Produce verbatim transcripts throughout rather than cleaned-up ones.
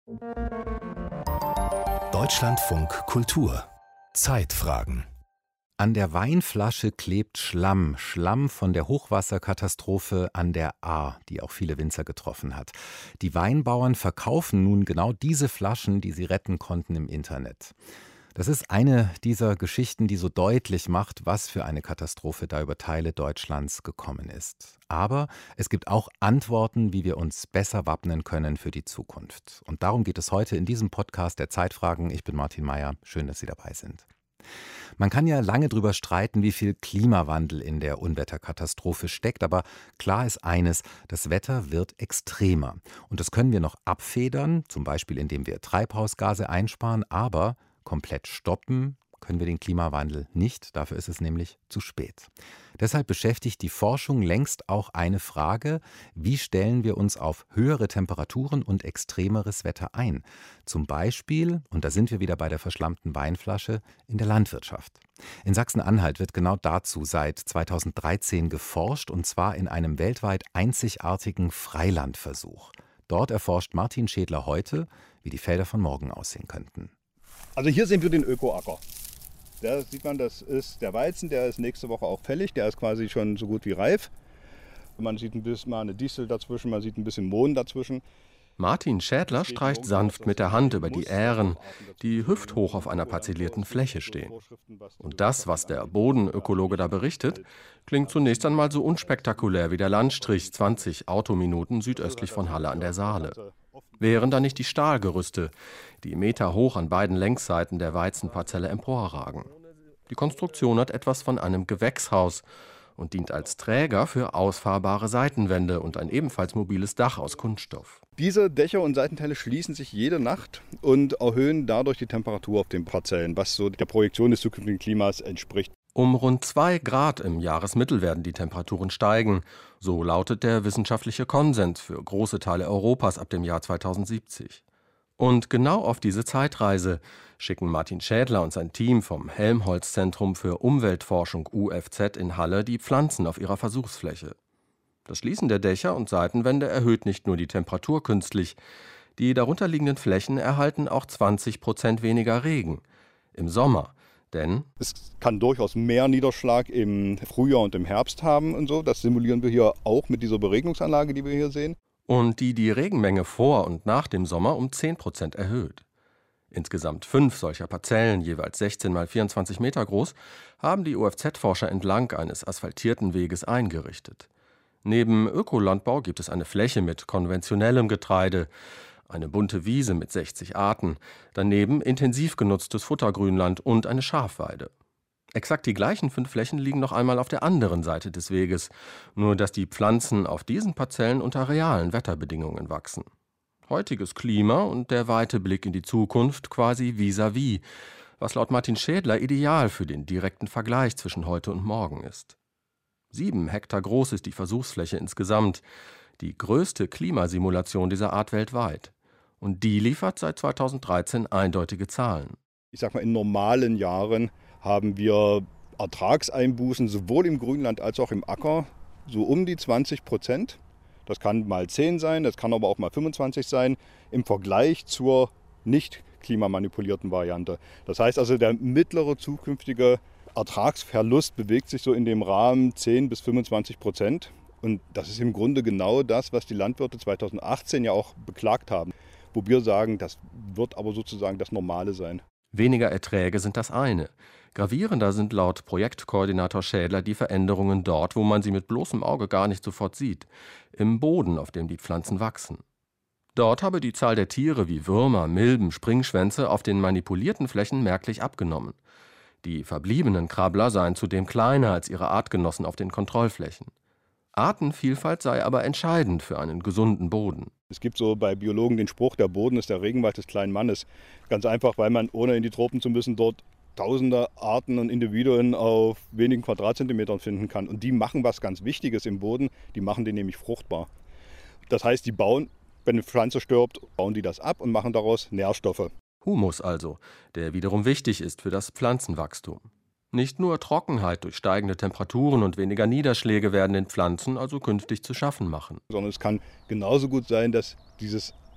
Deutschlandfunk Kultur Zeitfragen. An der Weinflasche klebt Schlamm, Schlamm von der Hochwasserkatastrophe an der Ahr, die auch viele Winzer getroffen hat. Die Weinbauern verkaufen nun genau diese Flaschen, die sie retten konnten, im Internet. Das ist eine dieser Geschichten, die so deutlich macht, was für eine Katastrophe da über Teile Deutschlands gekommen ist. Aber es gibt auch Antworten, wie wir uns besser wappnen können für die Zukunft. Und darum geht es heute in diesem Podcast der Zeitfragen. Ich bin Martin Meyer. Schön, dass Sie dabei sind. Man kann ja lange darüber streiten, wie viel Klimawandel in der Unwetterkatastrophe steckt, aber klar ist eines, das Wetter wird extremer. Und das können wir noch abfedern, zum Beispiel indem wir Treibhausgase einsparen, aber komplett stoppen können wir den Klimawandel nicht, dafür ist es nämlich zu spät. Deshalb beschäftigt die Forschung längst auch eine Frage: Wie stellen wir uns auf höhere Temperaturen und extremeres Wetter ein? Zum Beispiel, und da sind wir wieder bei der verschlammten Weinflasche, in der Landwirtschaft. In Sachsen-Anhalt wird genau dazu seit zweitausenddreizehn geforscht, und zwar in einem weltweit einzigartigen Freilandversuch. Dort erforscht Martin Schädler heute, wie die Felder von morgen aussehen könnten. Also hier sehen wir den Ökoacker. Da sieht man, das ist der Weizen, der ist nächste Woche auch fällig, der ist quasi schon so gut wie reif. Man sieht ein bisschen mal eine Distel dazwischen, man sieht ein bisschen Mohn dazwischen. Martin Schädler streicht sanft mit der Hand über die Ähren, die hüfthoch auf einer parzellierten Fläche stehen. Und das, was der Bodenökologe da berichtet, klingt zunächst einmal so unspektakulär wie der Landstrich zwanzig Autominuten südöstlich von Halle an der Saale. Wären da nicht die Stahlgerüste, die meterhoch an beiden Längsseiten der Weizenparzelle emporragen. Die Konstruktion hat etwas von einem Gewächshaus und dient als Träger für ausfahrbare Seitenwände und ein ebenfalls mobiles Dach aus Kunststoff. Diese Dächer und Seitenteile schließen sich jede Nacht und erhöhen dadurch die Temperatur auf den Parzellen, was so der Projektion des zukünftigen Klimas entspricht. Um rund zwei Grad im Jahresmittel werden die Temperaturen steigen. So lautet der wissenschaftliche Konsens für große Teile Europas ab dem Jahr zweitausendsiebzig. Und genau auf diese Zeitreise schicken Martin Schädler und sein Team vom Helmholtz-Zentrum für Umweltforschung U F Z in Halle die Pflanzen auf ihrer Versuchsfläche. Das Schließen der Dächer und Seitenwände erhöht nicht nur die Temperatur künstlich. Die darunterliegenden Flächen erhalten auch zwanzig Prozent weniger Regen. Im Sommer. Denn es kann durchaus mehr Niederschlag im Frühjahr und im Herbst haben und so. Das simulieren wir hier auch mit dieser Beregnungsanlage, die wir hier sehen. Und die die Regenmenge vor und nach dem Sommer um zehn Prozent erhöht. Insgesamt fünf solcher Parzellen, jeweils sechzehn mal vierundzwanzig Meter groß, haben die U F Z-Forscher entlang eines asphaltierten Weges eingerichtet. Neben Ökolandbau gibt es eine Fläche mit konventionellem Getreide, eine bunte Wiese mit sechzig Arten, daneben intensiv genutztes Futtergrünland und eine Schafweide. Exakt die gleichen fünf Flächen liegen noch einmal auf der anderen Seite des Weges, nur dass die Pflanzen auf diesen Parzellen unter realen Wetterbedingungen wachsen. Heutiges Klima und der weite Blick in die Zukunft quasi vis-à-vis, was laut Martin Schädler ideal für den direkten Vergleich zwischen heute und morgen ist. Sieben Hektar groß ist die Versuchsfläche insgesamt, die größte Klimasimulation dieser Art weltweit. Und die liefert seit zweitausenddreizehn eindeutige Zahlen. Ich sag mal, in normalen Jahren haben wir Ertragseinbußen sowohl im Grünland als auch im Acker so um die zwanzig Prozent. Das kann mal zehn sein, das kann aber auch mal fünfundzwanzig sein, im Vergleich zur nicht klimamanipulierten Variante. Das heißt also, der mittlere zukünftige Ertragsverlust bewegt sich so in dem Rahmen zehn bis fünfundzwanzig Prozent. Und das ist im Grunde genau das, was die Landwirte zweitausendachtzehn ja auch beklagt haben. Wo wir sagen, das wird aber sozusagen das Normale sein. Weniger Erträge sind das eine. Gravierender sind laut Projektkoordinator Schädler die Veränderungen dort, wo man sie mit bloßem Auge gar nicht sofort sieht. Im Boden, auf dem die Pflanzen wachsen. Dort habe die Zahl der Tiere wie Würmer, Milben, Springschwänze auf den manipulierten Flächen merklich abgenommen. Die verbliebenen Krabbler seien zudem kleiner als ihre Artgenossen auf den Kontrollflächen. Artenvielfalt sei aber entscheidend für einen gesunden Boden. Es gibt so bei Biologen den Spruch, der Boden ist der Regenwald des kleinen Mannes. Ganz einfach, weil man, ohne in die Tropen zu müssen, dort tausende Arten und Individuen auf wenigen Quadratzentimetern finden kann. Und die machen was ganz Wichtiges im Boden, die machen den nämlich fruchtbar. Das heißt, die bauen, wenn eine Pflanze stirbt, bauen die das ab und machen daraus Nährstoffe. Humus also, der wiederum wichtig ist für das Pflanzenwachstum. Nicht nur Trockenheit durch steigende Temperaturen und weniger Niederschläge werden den Pflanzen also künftig zu schaffen machen. Sondern es kann genauso gut sein, dass dieses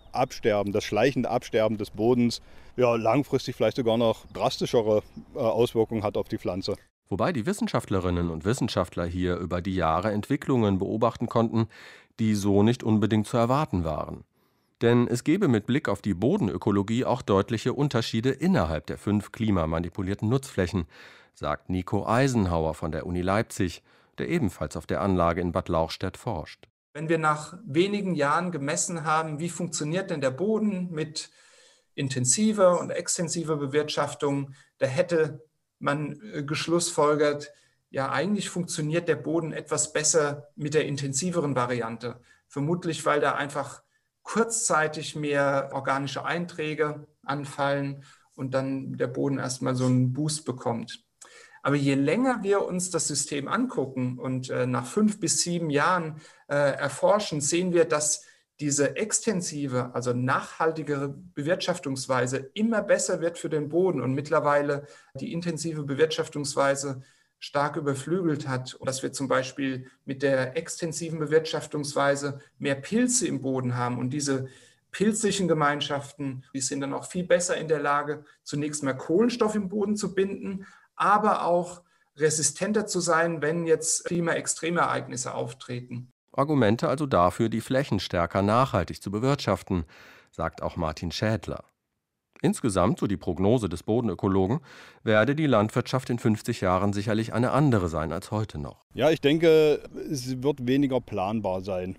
Absterben, das schleichende Absterben des Bodens, ja, langfristig vielleicht sogar noch drastischere äh, Auswirkungen hat auf die Pflanze. Wobei die Wissenschaftlerinnen und Wissenschaftler hier über die Jahre Entwicklungen beobachten konnten, die so nicht unbedingt zu erwarten waren. Denn es gebe mit Blick auf die Bodenökologie auch deutliche Unterschiede innerhalb der fünf klimamanipulierten Nutzflächen, sagt Nico Eisenhauer von der Uni Leipzig, der ebenfalls auf der Anlage in Bad Lauchstädt forscht. Wenn wir nach wenigen Jahren gemessen haben, wie funktioniert denn der Boden mit intensiver und extensiver Bewirtschaftung, da hätte man geschlussfolgert, ja, eigentlich funktioniert der Boden etwas besser mit der intensiveren Variante. Vermutlich, weil da einfach kurzzeitig mehr organische Einträge anfallen und dann der Boden erstmal so einen Boost bekommt. Aber je länger wir uns das System angucken und äh, nach fünf bis sieben Jahren äh, erforschen, sehen wir, dass diese extensive, also nachhaltigere Bewirtschaftungsweise immer besser wird für den Boden und mittlerweile die intensive Bewirtschaftungsweise stark überflügelt hat. Und dass wir zum Beispiel mit der extensiven Bewirtschaftungsweise mehr Pilze im Boden haben. Und diese pilzlichen Gemeinschaften, die sind dann auch viel besser in der Lage, zunächst mal Kohlenstoff im Boden zu binden, aber auch resistenter zu sein, wenn jetzt Klimaextremereignisse auftreten. Argumente also dafür, die Flächen stärker nachhaltig zu bewirtschaften, sagt auch Martin Schädler. Insgesamt, so die Prognose des Bodenökologen, werde die Landwirtschaft in fünfzig Jahren sicherlich eine andere sein als heute noch. Ja, ich denke, es wird weniger planbar sein.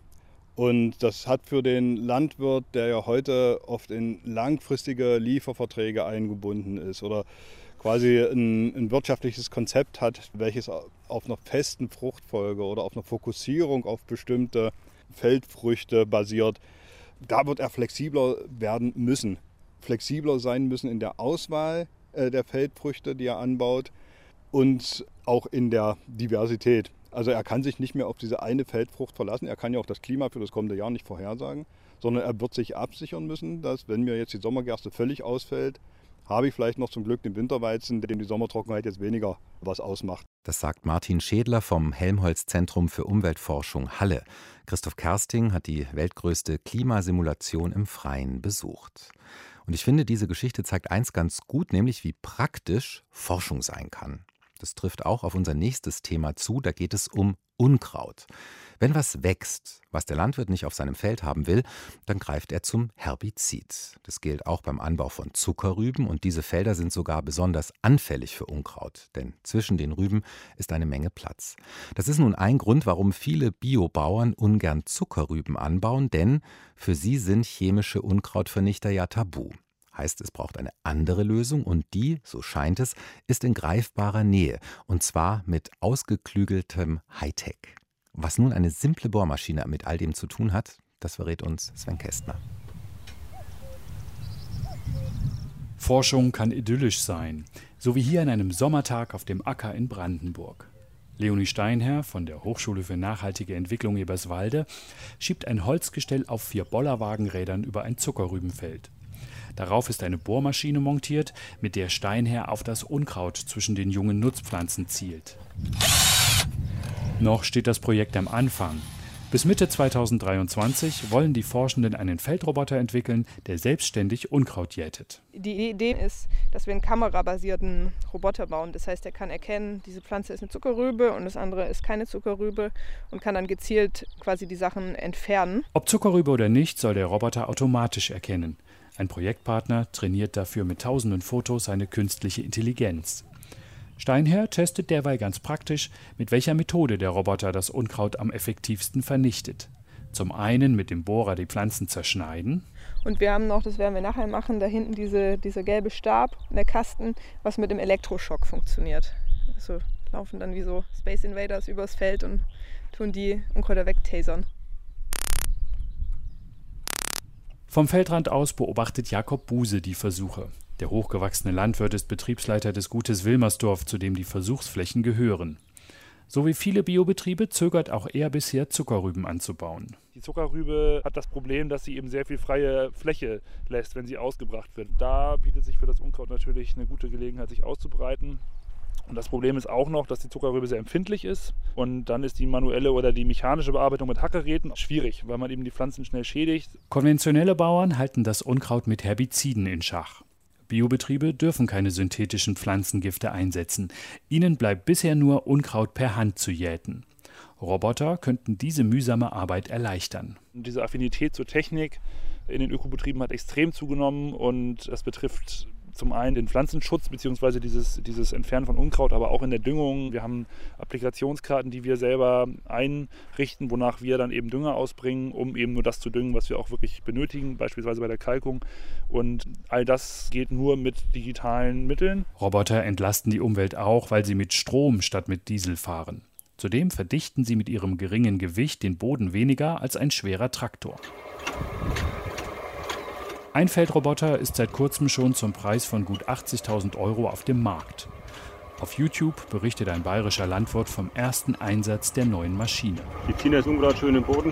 Und das hat für den Landwirt, der ja heute oft in langfristige Lieferverträge eingebunden ist oder quasi ein, ein wirtschaftliches Konzept hat, welches auf einer festen Fruchtfolge oder auf einer Fokussierung auf bestimmte Feldfrüchte basiert, da wird er flexibler werden müssen. Flexibler sein müssen in der Auswahl äh, der Feldfrüchte, die er anbaut und auch in der Diversität. Also er kann sich nicht mehr auf diese eine Feldfrucht verlassen. Er kann ja auch das Klima für das kommende Jahr nicht vorhersagen, sondern er wird sich absichern müssen, dass wenn mir jetzt die Sommergerste völlig ausfällt, habe ich vielleicht noch zum Glück den Winterweizen, dem die Sommertrockenheit jetzt weniger was ausmacht. Das sagt Martin Schädler vom Helmholtz-Zentrum für Umweltforschung Halle. Christoph Kersting hat die weltgrößte Klimasimulation im Freien besucht. Und ich finde, diese Geschichte zeigt eins ganz gut, nämlich wie praktisch Forschung sein kann. Das trifft auch auf unser nächstes Thema zu, da geht es um Unkraut. Wenn was wächst, was der Landwirt nicht auf seinem Feld haben will, dann greift er zum Herbizid. Das gilt auch beim Anbau von Zuckerrüben und diese Felder sind sogar besonders anfällig für Unkraut, denn zwischen den Rüben ist eine Menge Platz. Das ist nun ein Grund, warum viele Biobauern ungern Zuckerrüben anbauen, denn für sie sind chemische Unkrautvernichter ja tabu. Heißt, es braucht eine andere Lösung und die, so scheint es, ist in greifbarer Nähe und zwar mit ausgeklügeltem Hightech. Was nun eine simple Bohrmaschine mit all dem zu tun hat, das verrät uns Sven Kästner. Forschung kann idyllisch sein, so wie hier an einem Sommertag auf dem Acker in Brandenburg. Leonie Steinherr von der Hochschule für nachhaltige Entwicklung Eberswalde schiebt ein Holzgestell auf vier Bollerwagenrädern über ein Zuckerrübenfeld. Darauf ist eine Bohrmaschine montiert, mit der Steinherr auf das Unkraut zwischen den jungen Nutzpflanzen zielt. Noch steht das Projekt am Anfang. Bis Mitte zweitausenddreiundzwanzig wollen die Forschenden einen Feldroboter entwickeln, der selbstständig Unkraut jätet. Die Idee ist, dass wir einen kamerabasierten Roboter bauen. Das heißt, er kann erkennen, diese Pflanze ist eine Zuckerrübe und das andere ist keine Zuckerrübe und kann dann gezielt quasi die Sachen entfernen. Ob Zuckerrübe oder nicht, soll der Roboter automatisch erkennen. Ein Projektpartner trainiert dafür mit tausenden Fotos seine künstliche Intelligenz. Steinherr testet derweil ganz praktisch, mit welcher Methode der Roboter das Unkraut am effektivsten vernichtet. Zum einen mit dem Bohrer die Pflanzen zerschneiden. Und wir haben noch, das werden wir nachher machen, da hinten diese, dieser gelbe Stab, der Kasten, was mit dem Elektroschock funktioniert. Also laufen dann wie so Space Invaders übers Feld und tun die Unkräuter wegtasern. Vom Feldrand aus beobachtet Jakob Buse die Versuche. Der hochgewachsene Landwirt ist Betriebsleiter des Gutes Wilmersdorf, zu dem die Versuchsflächen gehören. So wie viele Biobetriebe zögert auch er bisher, Zuckerrüben anzubauen. Die Zuckerrübe hat das Problem, dass sie eben sehr viel freie Fläche lässt, wenn sie ausgebracht wird. Da bietet sich für das Unkraut natürlich eine gute Gelegenheit, sich auszubreiten. Und das Problem ist auch noch, dass die Zuckerrübe sehr empfindlich ist. Und dann ist die manuelle oder die mechanische Bearbeitung mit Hackgeräten schwierig, weil man eben die Pflanzen schnell schädigt. Konventionelle Bauern halten das Unkraut mit Herbiziden in Schach. Biobetriebe dürfen keine synthetischen Pflanzengifte einsetzen. Ihnen bleibt bisher nur Unkraut per Hand zu jäten. Roboter könnten diese mühsame Arbeit erleichtern. Und diese Affinität zur Technik in den Ökobetrieben hat extrem zugenommen und das betrifft zum einen den Pflanzenschutz bzw. Dieses, dieses Entfernen von Unkraut, aber auch in der Düngung. Wir haben Applikationskarten, die wir selber einrichten, wonach wir dann eben Dünger ausbringen, um eben nur das zu düngen, was wir auch wirklich benötigen, beispielsweise bei der Kalkung. Und all das geht nur mit digitalen Mitteln. Roboter entlasten die Umwelt auch, weil sie mit Strom statt mit Diesel fahren. Zudem verdichten sie mit ihrem geringen Gewicht den Boden weniger als ein schwerer Traktor. Ein Feldroboter ist seit kurzem schon zum Preis von gut achtzigtausend Euro auf dem Markt. Auf YouTube berichtet ein bayerischer Landwirt vom ersten Einsatz der neuen Maschine. Die ziehen das Unkraut schön im Boden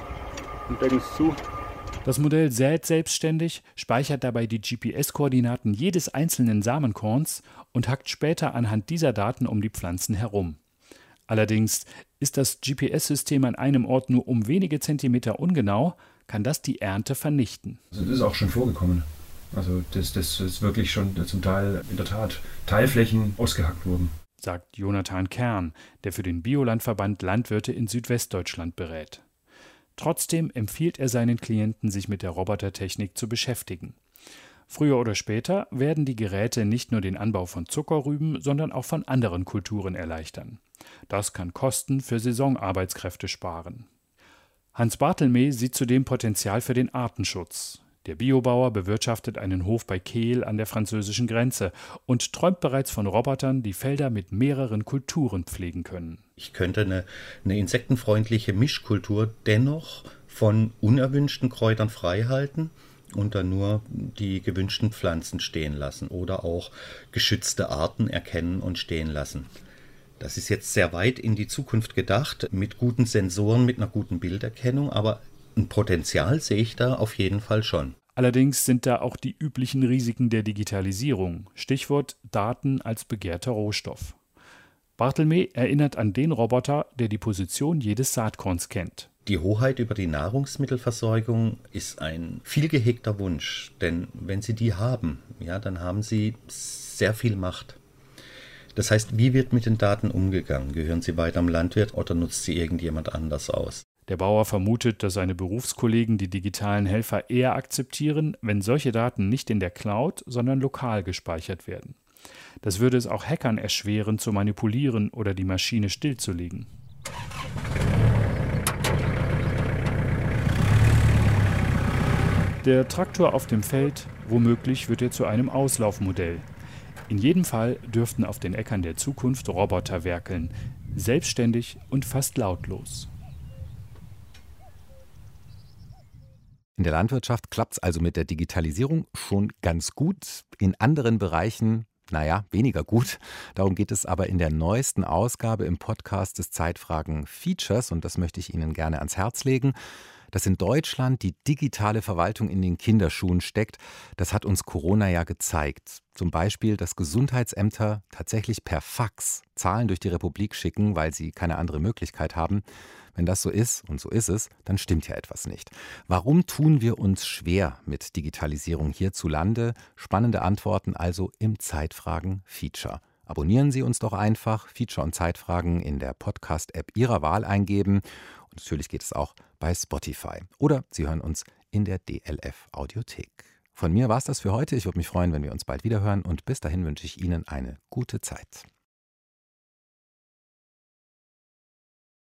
und decken es zu. Das Modell sät selbstständig, speichert dabei die G P S-Koordinaten jedes einzelnen Samenkorns und hackt später anhand dieser Daten um die Pflanzen herum. Allerdings ist das G P S-System an einem Ort nur um wenige Zentimeter ungenau, kann das die Ernte vernichten. Also das ist auch schon vorgekommen. Also das, das ist wirklich schon zum Teil in der Tat Teilflächen ausgehackt wurden. Sagt Jonathan Kern, der für den Biolandverband Landwirte in Südwestdeutschland berät. Trotzdem empfiehlt er seinen Klienten, sich mit der Robotertechnik zu beschäftigen. Früher oder später werden die Geräte nicht nur den Anbau von Zuckerrüben, sondern auch von anderen Kulturen erleichtern. Das kann Kosten für Saisonarbeitskräfte sparen. Hans Bartelmee sieht zudem Potenzial für den Artenschutz. Der Biobauer bewirtschaftet einen Hof bei Kehl an der französischen Grenze und träumt bereits von Robotern, die Felder mit mehreren Kulturen pflegen können. Ich könnte eine, eine insektenfreundliche Mischkultur dennoch von unerwünschten Kräutern frei halten und dann nur die gewünschten Pflanzen stehen lassen oder auch geschützte Arten erkennen und stehen lassen. Das ist jetzt sehr weit in die Zukunft gedacht, mit guten Sensoren, mit einer guten Bilderkennung, aber ein Potenzial sehe ich da auf jeden Fall schon. Allerdings sind da auch die üblichen Risiken der Digitalisierung. Stichwort Daten als begehrter Rohstoff. Bartelmee erinnert an den Roboter, der die Position jedes Saatkorns kennt. Die Hoheit über die Nahrungsmittelversorgung ist ein viel gehegter Wunsch, denn wenn Sie die haben, ja, dann haben Sie sehr viel Macht. Das heißt, wie wird mit den Daten umgegangen? Gehören sie weiter am Landwirt oder nutzt sie irgendjemand anders aus? Der Bauer vermutet, dass seine Berufskollegen die digitalen Helfer eher akzeptieren, wenn solche Daten nicht in der Cloud, sondern lokal gespeichert werden. Das würde es auch Hackern erschweren, zu manipulieren oder die Maschine stillzulegen. Der Traktor auf dem Feld, womöglich wird er zu einem Auslaufmodell. In jedem Fall dürften auf den Äckern der Zukunft Roboter werkeln, selbstständig und fast lautlos. In der Landwirtschaft klappt es also mit der Digitalisierung schon ganz gut, in anderen Bereichen, naja, weniger gut. Darum geht es aber in der neuesten Ausgabe im Podcast des Zeitfragen Features und das möchte ich Ihnen gerne ans Herz legen. Dass in Deutschland die digitale Verwaltung in den Kinderschuhen steckt, das hat uns Corona ja gezeigt. Zum Beispiel, dass Gesundheitsämter tatsächlich per Fax Zahlen durch die Republik schicken, weil sie keine andere Möglichkeit haben. Wenn das so ist, und so ist es, dann stimmt ja etwas nicht. Warum tun wir uns schwer mit Digitalisierung hierzulande? Spannende Antworten also im Zeitfragen-Feature. Abonnieren Sie uns doch einfach, Feature und Zeitfragen in der Podcast-App Ihrer Wahl eingeben. Und natürlich geht es auch bei Spotify. Oder Sie hören uns in der D L F-Audiothek. Von mir war es das für heute. Ich würde mich freuen, wenn wir uns bald wiederhören. Und bis dahin wünsche ich Ihnen eine gute Zeit.